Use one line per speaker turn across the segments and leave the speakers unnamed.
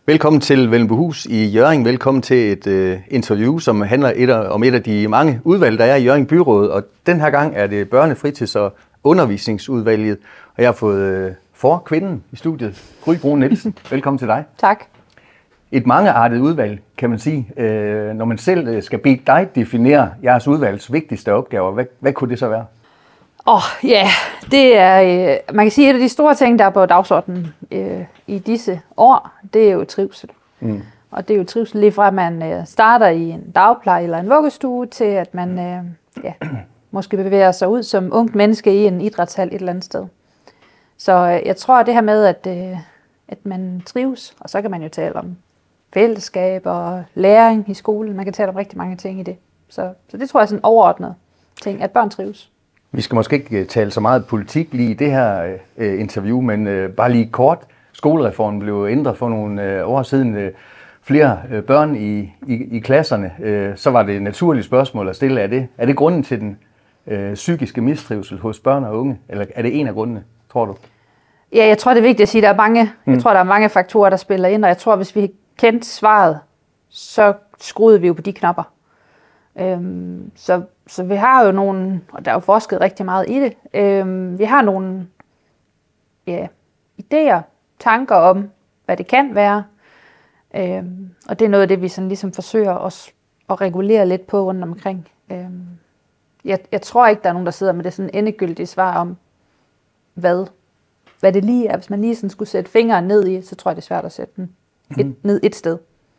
Velkommen til Vellenbohus i Hjørring. Velkommen til et interview, som handler om et af de mange udvalg, der er i Hjørring Byråd. Og den her gang er det børne-, fritids- og undervisningsudvalget. Og jeg har fået kvinden i studiet, Gry Bruun Nielsen. Velkommen til dig.
Tak.
Et mangeartet udvalg, kan man sige. Når man selv skal bede dig definere jeres udvalgs vigtigste opgaver, hvad kunne det så være?
Det er, man kan sige, et af de store ting, der er på dagsordenen i disse år, det er jo trivsel. Og det er jo trivsel lige fra, at man starter i en dagpleje eller en vuggestue, til at man måske bevæger sig ud som ungt menneske i en idrætshal et eller andet sted. Så jeg tror, at det her med, at man trives, og så kan man jo tale om fællesskab og læring i skolen. Man kan tale om rigtig mange ting i det. Så det tror jeg er sådan en overordnet ting, at børn trives.
Vi skal måske ikke tale så meget politik lige i det her interview, men bare lige kort. Skolereformen blev ændret for nogle år siden. Flere børn i klasserne. Så var det et naturligt spørgsmål at stille. Er det grunden til den psykiske mistrivsel hos børn og unge? Eller er det en af grundene, tror du?
Ja, jeg tror, det er vigtigt at sige, at der er mange faktorer, der spiller ind. Og jeg tror, hvis vi kendte svaret, så skruede vi jo på de knapper. Så vi har jo nogle, og der er jo forsket rigtig meget i det, vi har nogle idéer, tanker om, hvad det kan være, og det er noget af det, vi sådan ligesom forsøger også at regulere lidt på rundt omkring. Jeg tror ikke, der er nogen, der sidder med det sådan endegyldige svar om, hvad det lige er. Hvis man lige sådan skulle sætte fingeren ned i, så tror jeg, det er svært at sætte den ned et sted.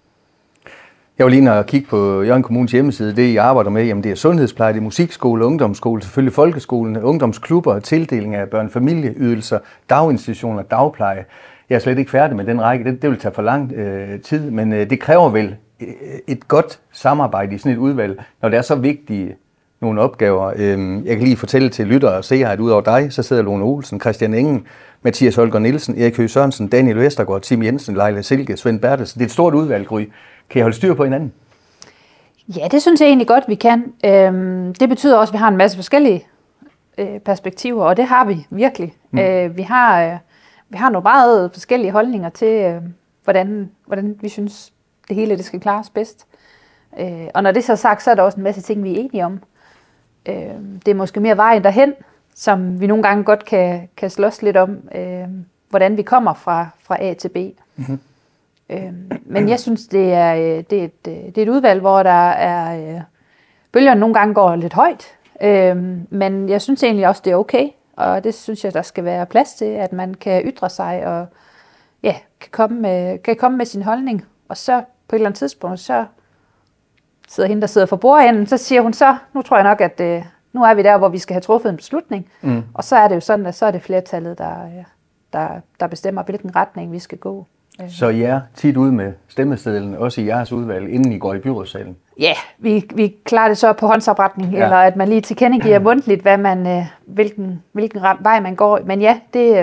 Jeg var lige inde og kigge på Hjørring Kommunes hjemmeside. Det, I arbejder med, jamen det er sundhedspleje, det er musikskole, ungdomsskole, selvfølgelig folkeskolen, ungdomsklubber, tildeling af børnefamilieydelser, daginstitutioner, dagpleje. Jeg er slet ikke færdig med den række. Det vil tage for lang tid, men det kræver vel et godt samarbejde i sådan et udvalg, når det er så vigtige nogle opgaver. Jeg kan lige fortælle til lyttere og seere, at udover dig, så sidder Lone Olsen, Christian Engen, Mathias Holger Nielsen, Erik Høgh Sørensen, Daniel Vestergaard, Tim Jensen, Leila Silke, Svend Bertelsen. Det er et stort udvalg, Gry. Kan I holde styr på hinanden? Ja,
det synes jeg egentlig godt, vi kan. Det betyder også, at vi har en masse forskellige perspektiver, og det har vi virkelig. Vi har nogle meget forskellige holdninger til, hvordan vi synes, det hele det skal klares bedst. Og når det så er sagt, så er der også en masse ting, vi er enige om. Det er måske mere vejen derhen, som vi nogle gange godt kan slås lidt om, hvordan vi kommer fra A til B. Mm-hmm. Men jeg synes, det er et udvalg, hvor der er bølgerne nogle gange går lidt højt, men jeg synes egentlig også, det er okay, og det synes jeg, der skal være plads til, at man kan ytre sig og kan komme med sin holdning, og så på et eller andet tidspunkt, så sidder hende, der sidder for bordenden, så siger hun så, nu tror jeg nok, at nu er vi der, hvor vi skal have truffet en beslutning, og så er det jo sådan, at så er det flertallet, der bestemmer, hvilken retning vi skal gå.
Så I er tit ude med stemmesedlen, også i jeres udvalg, inden I går i byrådssalen?
Ja, vi klarer det så på håndsopretning, eller at man lige tilkendegiver mundtligt, hvilken vej man går. Men ja, det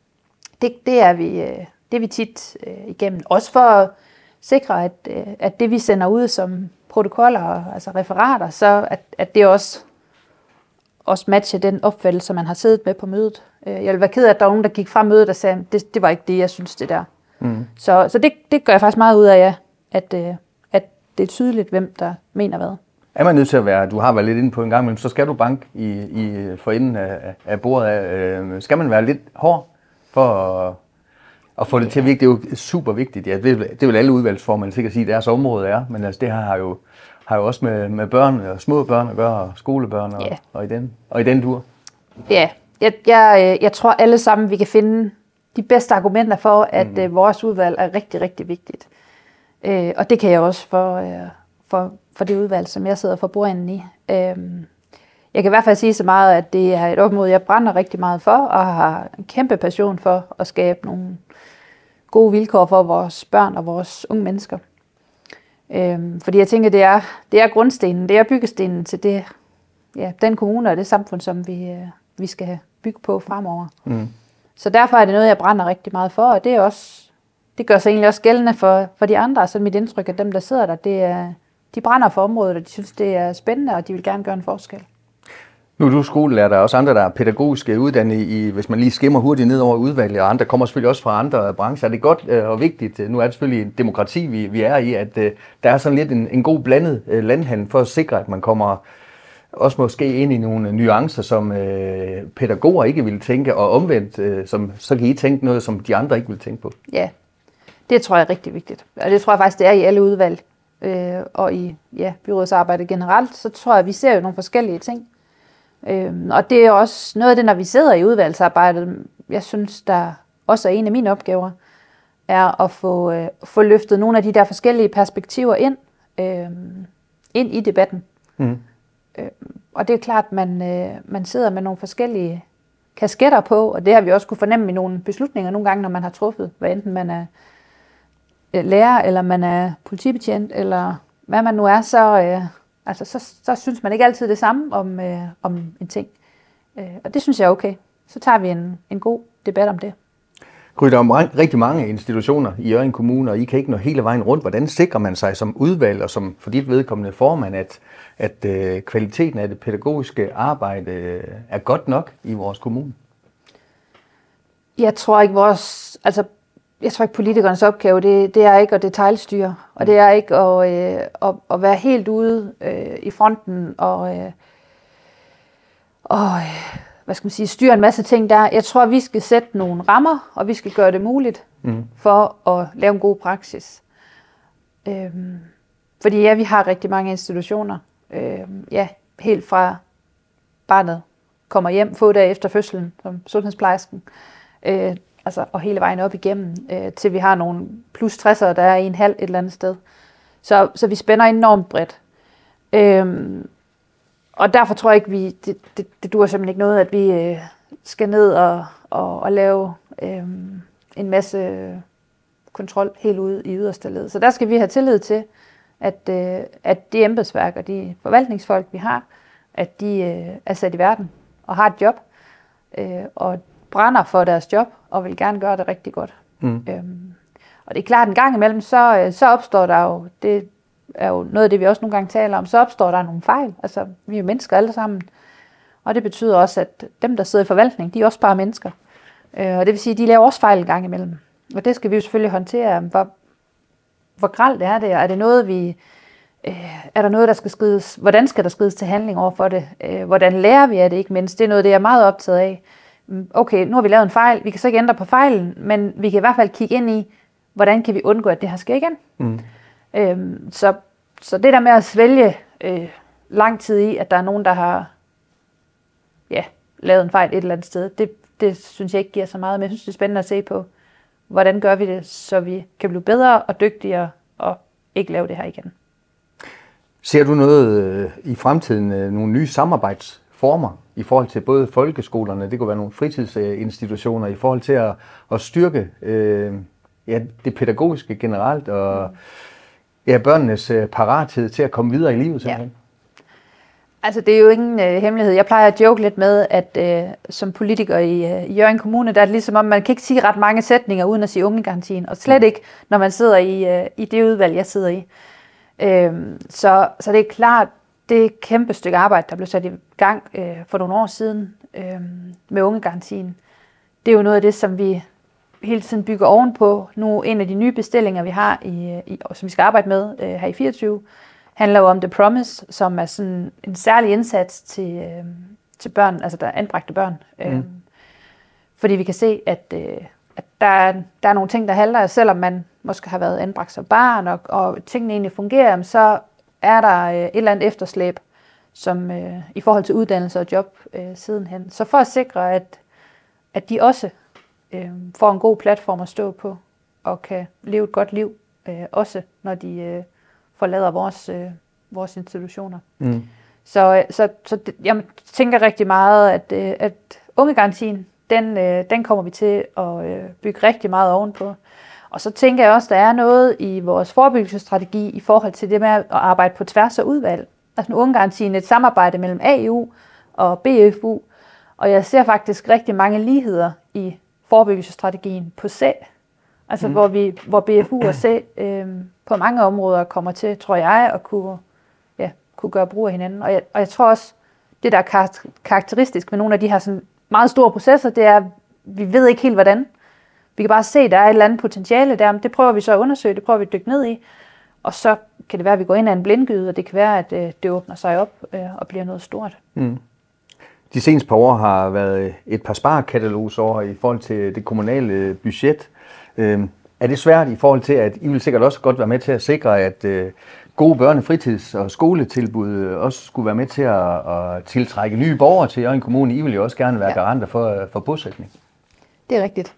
er vi tit igennem. Også for at sikre, at det vi sender ud som protokoller, altså referater, så at det også matcher den opfattelse, man har siddet med på mødet. Jeg ville være ked af, at der var nogen, der gik fra mødet og sagde, det var ikke det, jeg synes, det der. Så det gør jeg faktisk meget ud af, at det er tydeligt, hvem der mener hvad.
Er man nødt til at være, du har været lidt inde på en gang, men så skal du banke for enden af bordet. Skal man være lidt hård for at få det til at virke? Det er jo super vigtigt. Ja, det vil alle udvalgsformænd sikkert sige, at deres område er, men altså, det har jo også med børn og små børn at gøre, og skolebørn og i den dur. Ja,
jeg tror alle sammen, vi kan finde de bedste argumenter for, at vores udvalg er rigtig, rigtig vigtigt. Og det kan jeg også for det udvalg, som jeg sidder for bordenden i. Jeg kan i hvert fald sige så meget, at det er et område, jeg brænder rigtig meget for, og har en kæmpe passion for at skabe nogle gode vilkår for vores børn og vores unge mennesker. Fordi jeg tænker, det er grundstenen, det er byggestenen til det, den kommune og det samfund, som vi skal bygge på fremover. Så derfor er det noget, jeg brænder rigtig meget for, og det gør sig egentlig også gældende for de andre. Så mit indtryk af dem, der sidder der, de brænder for området, og de synes, det er spændende, og de vil gerne gøre en forskel.
Nu er du skolelærer, der er også andre, der er pædagogisk uddannet i, hvis man lige skimmer hurtigt ned over udvalget, og andre kommer selvfølgelig også fra andre brancher. Er det godt og vigtigt, nu er det selvfølgelig en demokrati, vi er i, at der er sådan lidt en god blandet landhandel for at sikre, at man kommer også måske ind i nogle nuancer, som pædagoger ikke vil tænke, og omvendt, så kan I tænke noget, som de andre ikke vil tænke på. Ja,
det tror jeg er rigtig vigtigt. Og det tror jeg faktisk, det er i alle udvalg. Og i byrådsarbejdet generelt, så tror jeg, at vi ser jo nogle forskellige ting. Og det er også noget af det, når vi sidder i udvalgsarbejdet, jeg synes, der også er en af mine opgaver, er at få løftet nogle af de der forskellige perspektiver ind i debatten. Mm. Og det er klart, at man sidder med nogle forskellige kasketter på, og det har vi også kunne fornemme i nogle beslutninger nogle gange, når man har truffet, hvad enten man er lærer, eller man er politibetjent, eller hvad man nu er, så synes man ikke altid det samme om en ting. Og det synes jeg er okay. Så tager vi en god debat om det.
Gry, der er rigtig mange institutioner i Hjørring Kommune, og I kan ikke nå hele vejen rundt. Hvordan sikrer man sig som udvalg og som for dit vedkommende formand, at kvaliteten af det pædagogiske arbejde er godt nok i vores kommune?
Jeg tror ikke politikernes opgave, det er ikke at detailstyre, og det er ikke at være helt ude i fronten og styre en masse ting der. Jeg tror, vi skal sætte nogle rammer, og vi skal gøre det muligt for at lave en god praksis. Fordi vi har rigtig mange institutioner, helt fra barnet kommer hjem få dage efter fødslen, som sundhedsplejersken, og hele vejen op igennem, til vi har nogle plus 60'ere, der er i en halv et eller andet sted. Så vi spænder enormt bredt. Og derfor tror jeg ikke, det duer simpelthen ikke noget, at vi skal ned og lave en masse kontrol helt ude i yderste led. Så der skal vi have tillid til, at de embedsværk og de forvaltningsfolk, vi har, at de er sat i verden og har et job, og brænder for deres job, og vil gerne gøre det rigtig godt. Og det er klart, at en gang imellem, så opstår der jo, det er jo noget af det, vi også nogle gange taler om, så opstår der nogle fejl. Altså, vi er jo mennesker alle sammen. Og det betyder også, at dem, der sidder i forvaltning, de er også bare mennesker. Og det vil sige, at de laver også fejl en gang imellem. Og det skal vi jo selvfølgelig håndtere. Hvor grelt er det? Er det noget, er der noget, der skal skrides? Hvordan skal der skrides til handling over for det? Hvordan lærer vi af det ikke mindst? Det er noget, det jeg er meget optaget af. Okay, nu har vi lavet en fejl. Vi kan så ikke ændre på fejlen, men vi kan i hvert fald kigge ind i, hvordan kan vi undgå, at det her sker igen. Så det der med at svælge lang tid i, at der er nogen, der har lavet en fejl et eller andet sted, det synes jeg ikke giver så meget. Men jeg synes, det er spændende at se på, hvordan gør vi det, så vi kan blive bedre og dygtigere og ikke lave det her igen.
Ser du noget i fremtiden, nogle nye samarbejdsformer i forhold til både folkeskolerne, det kunne være nogle fritidsinstitutioner, i forhold til at styrke det pædagogiske generelt, og børnenes parathed til at komme videre i livet simpelthen? Ja.
Altså, det er jo ingen hemmelighed. Jeg plejer at joke lidt med, at som politiker i Hjørring Kommune, der er det ligesom om, man kan ikke sige ret mange sætninger, uden at sige ungegarantien, og slet ikke, når man sidder i det udvalg, jeg sidder i. Så det er klart, det er et kæmpe stykke arbejde, der blev sat i gang for nogle år siden med ungegarantien. Det er jo noget af det, som vi hele tiden bygger ovenpå. Nu en af de nye bestillinger, vi har, som vi skal arbejde med her i 24, handler jo om The Promise, som er sådan en særlig indsats til børn, altså der er anbragte børn. Fordi vi kan se, at der er nogle ting, der halter, selvom man måske har været anbragt som barn, og tingene egentlig fungerer, så er der et eller andet efterslæb, som i forhold til uddannelse og job sidenhen. Så for at sikre, at de også får en god platform at stå på, og kan leve et godt liv, også når de forlader vores institutioner. Så jeg tænker rigtig meget, at ungegarantien, den kommer vi til at bygge rigtig meget ovenpå. Og så tænker jeg også, at der er noget i vores forebyggelsesstrategi i forhold til det med at arbejde på tværs af udvalg. Altså ungegarantien er et samarbejde mellem AU og BFU, og jeg ser faktisk rigtig mange ligheder i forebyggelsesstrategien på C. Altså hvor BFU og C på mange områder kommer til, tror jeg, at kunne gøre brug af hinanden. Og jeg tror også, det, der er karakteristisk med nogle af de her sådan meget store processer, det er, at vi ved ikke helt, hvordan. Vi kan bare se, at der er et eller andet potentiale der, det prøver vi så at undersøge, det prøver vi at dykke ned i, og så kan det være, at vi går ind ad en blindgyde, og det kan være, at det åbner sig op og bliver noget stort. Mm.
De seneste par år har været et par sparekatalogsår i forhold til det kommunale budget. Er det svært i forhold til, at I vil sikkert også godt være med til at sikre, at gode børnefritids- og skoletilbud også skulle være med til at tiltrække nye borgere til Hjørring Kommune? I vil jo også gerne være garanter for bosætning.
Det er rigtigt.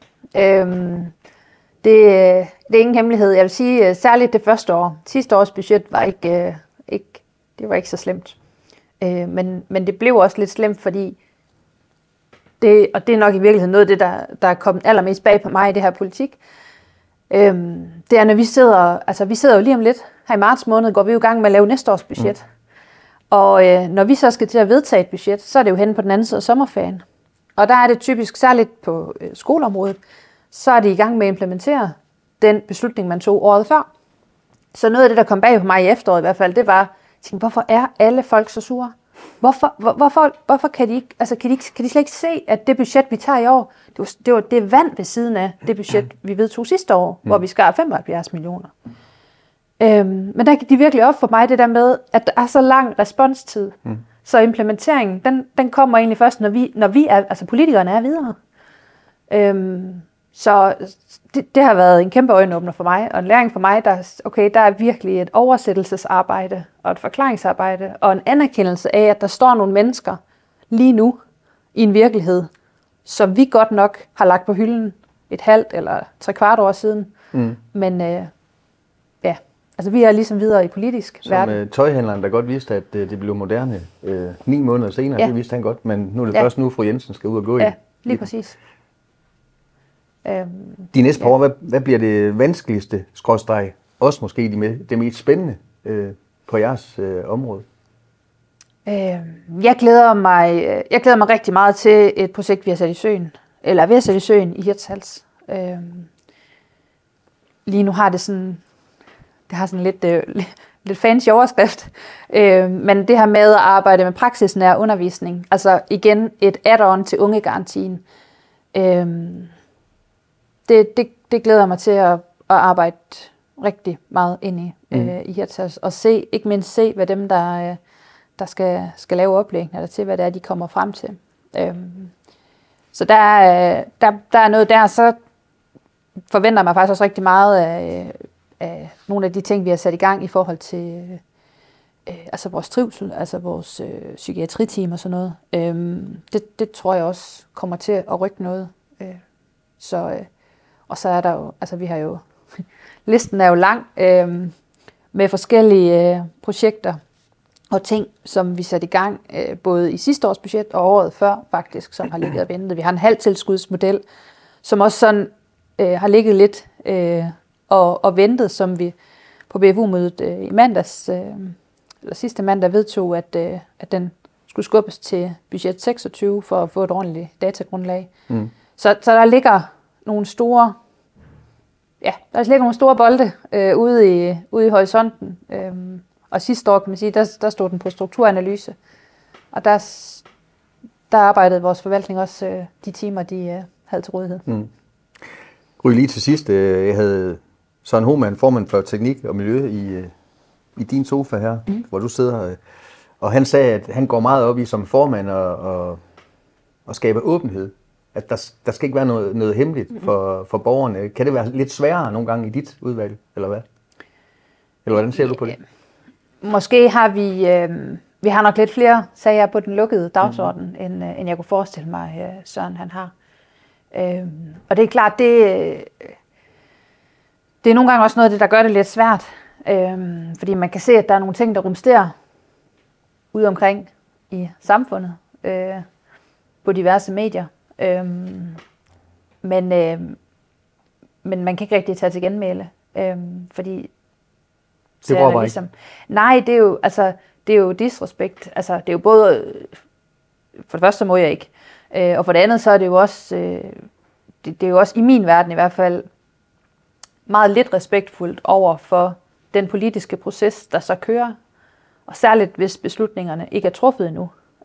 Det er ingen hemmelighed. Jeg vil sige, særligt det første år. Sidste års budget var ikke så slemt. Men det blev også lidt slemt, fordi og det er nok i virkeligheden noget af det, der er kommet allermest bag på mig i det her politik. Det er, når vi sidder jo lige om lidt, her i marts måned, går vi jo i gang med at lave næste års budget. Og når vi så skal til at vedtage et budget, så er det jo henne på den anden side af sommerferien. Og der er det typisk, særligt på skoleområdet, så er de i gang med at implementere den beslutning, man tog året før. Så noget af det, der kom bag på mig i efteråret i hvert fald, det var, tænkte, hvorfor er alle folk så sure? Hvorfor kan de ikke, kan de slet ikke se, at det budget, vi tager i år, det er vand ved siden af det budget, vi vedtog sidste år, hvor vi skar 75 millioner. Men der gik de virkelig op for mig, det der med, at der er så lang responstid. Så implementeringen, den kommer egentlig først, når vi er, altså politikerne er videre. Så det har været en kæmpe øjenåbner for mig, og en læring for mig, der er virkelig et oversættelsesarbejde, og et forklaringsarbejde, og en anerkendelse af, at der står nogle mennesker lige nu i en virkelighed, som vi godt nok har lagt på hylden et halvt eller 3/4 år siden. Men vi er ligesom videre i politisk verden.
Som tøjhandleren, der godt vidste, at det blev moderne 9 måneder senere, det vidste han godt, men nu er det først nu, fru Jensen skal ud og gå i.
Ja, lige præcis.
De næste par år, hvad bliver det vanskeligste skråstreg, også måske det mest spændende på jeres område?
Jeg glæder mig rigtig meget til et projekt, vi har sat i søen, eller ved at sætte i søen i Hirtshals. Lige nu har det har sådan lidt fancy overskrift, men det her med at arbejde med praksisnær undervisning, altså igen et add-on til ungegarantien, det glæder mig til at arbejde rigtig meget ind i Hirtshals, og ikke mindst se, hvad dem, der skal lave oplæggene, eller til, hvad det er, de kommer frem til. Så der er noget der, så forventer mig faktisk også rigtig meget af nogle af de ting, vi har sat i gang i forhold til vores trivsel, altså vores psykiatriteam og sådan noget. Det tror jeg også kommer til at rykke noget. Og så er der jo, vi har jo, listen er jo lang med forskellige projekter og ting, som vi satte i gang, både i sidste års budget og året før faktisk, som har ligget og ventet. Vi har en halvtilskudsmodel, som også sådan har ligget lidt og ventet, som vi på BFU-mødet i mandags, eller sidste mandag vedtog, at den skulle skubbes til budget 26 for at få et ordentligt datagrundlag. Så der ligger nogle store, bolde ude i horisonten. Og sidste år, kan man sige, der stod den på strukturanalyse. Og der arbejdede vores forvaltning også de timer, de havde til rådighed.
Ryge lige til sidst. Jeg havde Søren Hohmann, formand for teknik og miljø i din sofa her, hvor du sidder. Og han sagde, at han går meget op i som formand og skabe åbenhed. At der skal ikke være noget hemmeligt for borgerne. Kan det være lidt sværere nogle gange i dit udvalg, eller hvad? Eller hvordan ser du på det?
Måske har vi har nok lidt flere sager på den lukkede dagsorden, end jeg kunne forestille mig, Søren han har. Og det er klart, det er nogle gange også noget af det, der gør det lidt svært. Fordi man kan se, at der er nogle ting, der rumsterer ude omkring i samfundet, på diverse medier. Men man kan ikke rigtig tage til genmæle, fordi
det var ligesom,
nej, det er jo disrespekt. Altså, det er jo både, for det første må jeg ikke, og for det andet, så er det jo også, det er jo også i min verden i hvert fald, meget lidt respektfuldt over for den politiske proces, der så kører, og særligt hvis beslutningerne ikke er truffet endnu.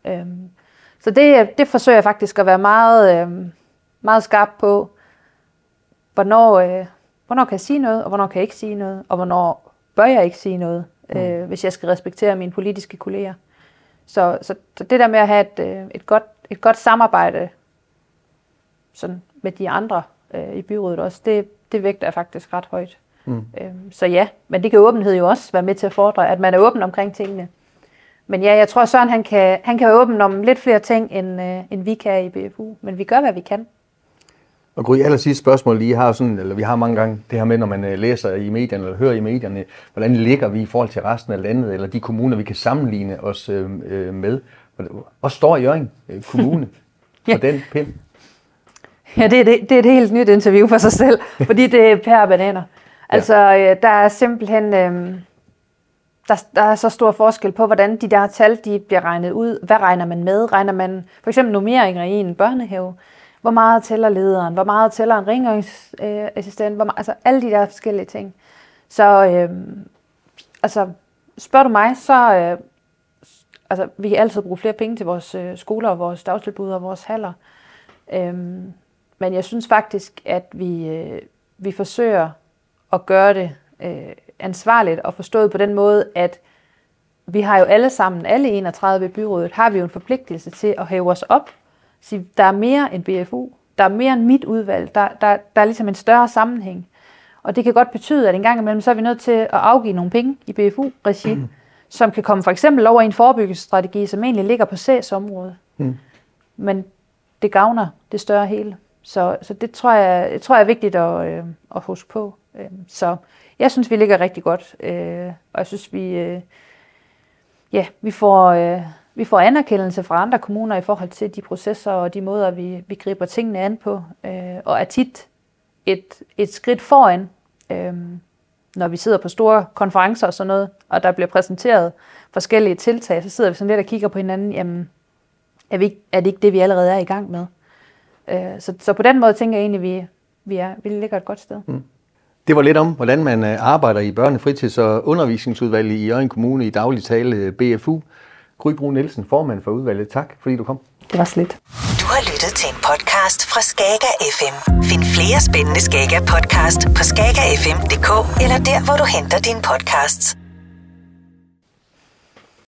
Så det forsøger jeg faktisk at være meget skarp på, hvornår kan jeg sige noget, og hvornår kan jeg ikke sige noget, og hvornår bør jeg ikke sige noget, hvis jeg skal respektere mine politiske kolleger. Så det der med at have et godt samarbejde sådan med de andre i byrådet også, det vægter jeg faktisk ret højt. Så ja, men det kan åbenhed jo også være med til at fordre, at man er åben omkring tingene. Men ja, jeg tror Søren, han kan være åben om lidt flere ting, end vi kan i BFU, men vi gør, hvad vi kan.
Og Gry, allersidste spørgsmål, vi har mange gange det her med, når man læser i medierne eller hører i medierne, hvordan ligger vi i forhold til resten af landet, eller de kommuner, vi kan sammenligne os med. Hvor står Hjørring Kommune på den pind?
Ja, det er et helt nyt interview for sig selv, fordi det er pære og bananer. Altså, der er simpelthen der er så stor forskel på, hvordan de der tal de bliver regnet ud. Hvad regner man med? Regner man for eksempel normeringer i en børnehave? Hvor meget tæller lederen? Hvor meget tæller en rengøringsassistent? Altså alle de der forskellige ting. Så spørger du mig, så vi kan altid bruge flere penge til vores skoler og vores dagtilbud og vores haller. Men jeg synes faktisk, at vi forsøger at gøre det ansvarligt og forstået på den måde, at vi har jo alle sammen, alle 31 i byrådet, har vi jo en forpligtelse til at hæve os op. Sige, der er mere end BFU, der er mere end mit udvalg, der er ligesom en større sammenhæng. Og det kan godt betyde, at en gang imellem, så er vi nødt til at afgive nogle penge i BFU-regi, som kan komme for eksempel over i en forebyggelsesstrategi, som egentlig ligger på CS-området. Men det gavner det større hele. Så det tror jeg er vigtigt at huske på. Så jeg synes, vi ligger rigtig godt. Og jeg synes, vi får anerkendelse fra andre kommuner i forhold til de processer og de måder, vi griber tingene an på. Og er tit et skridt foran, når vi sidder på store konferencer og sådan noget, og der bliver præsenteret forskellige tiltag, så sidder vi sådan lidt og kigger på hinanden, jamen, er det ikke det, vi allerede er i gang med? Så på den måde tænker jeg egentlig, vi ligger et godt sted.
Det var lidt om, hvordan man arbejder i børne-, fritids- og undervisningsudvalget i Hjørring Kommune, i daglig tale BFU. Gry Bruun Nielsen, formand for udvalget. Tak, fordi du kom.
Det var slet.
Du har lyttet til en podcast fra Skager FM. Find flere spændende Skager podcast på skagerfm.dk eller der, hvor du henter dine podcasts.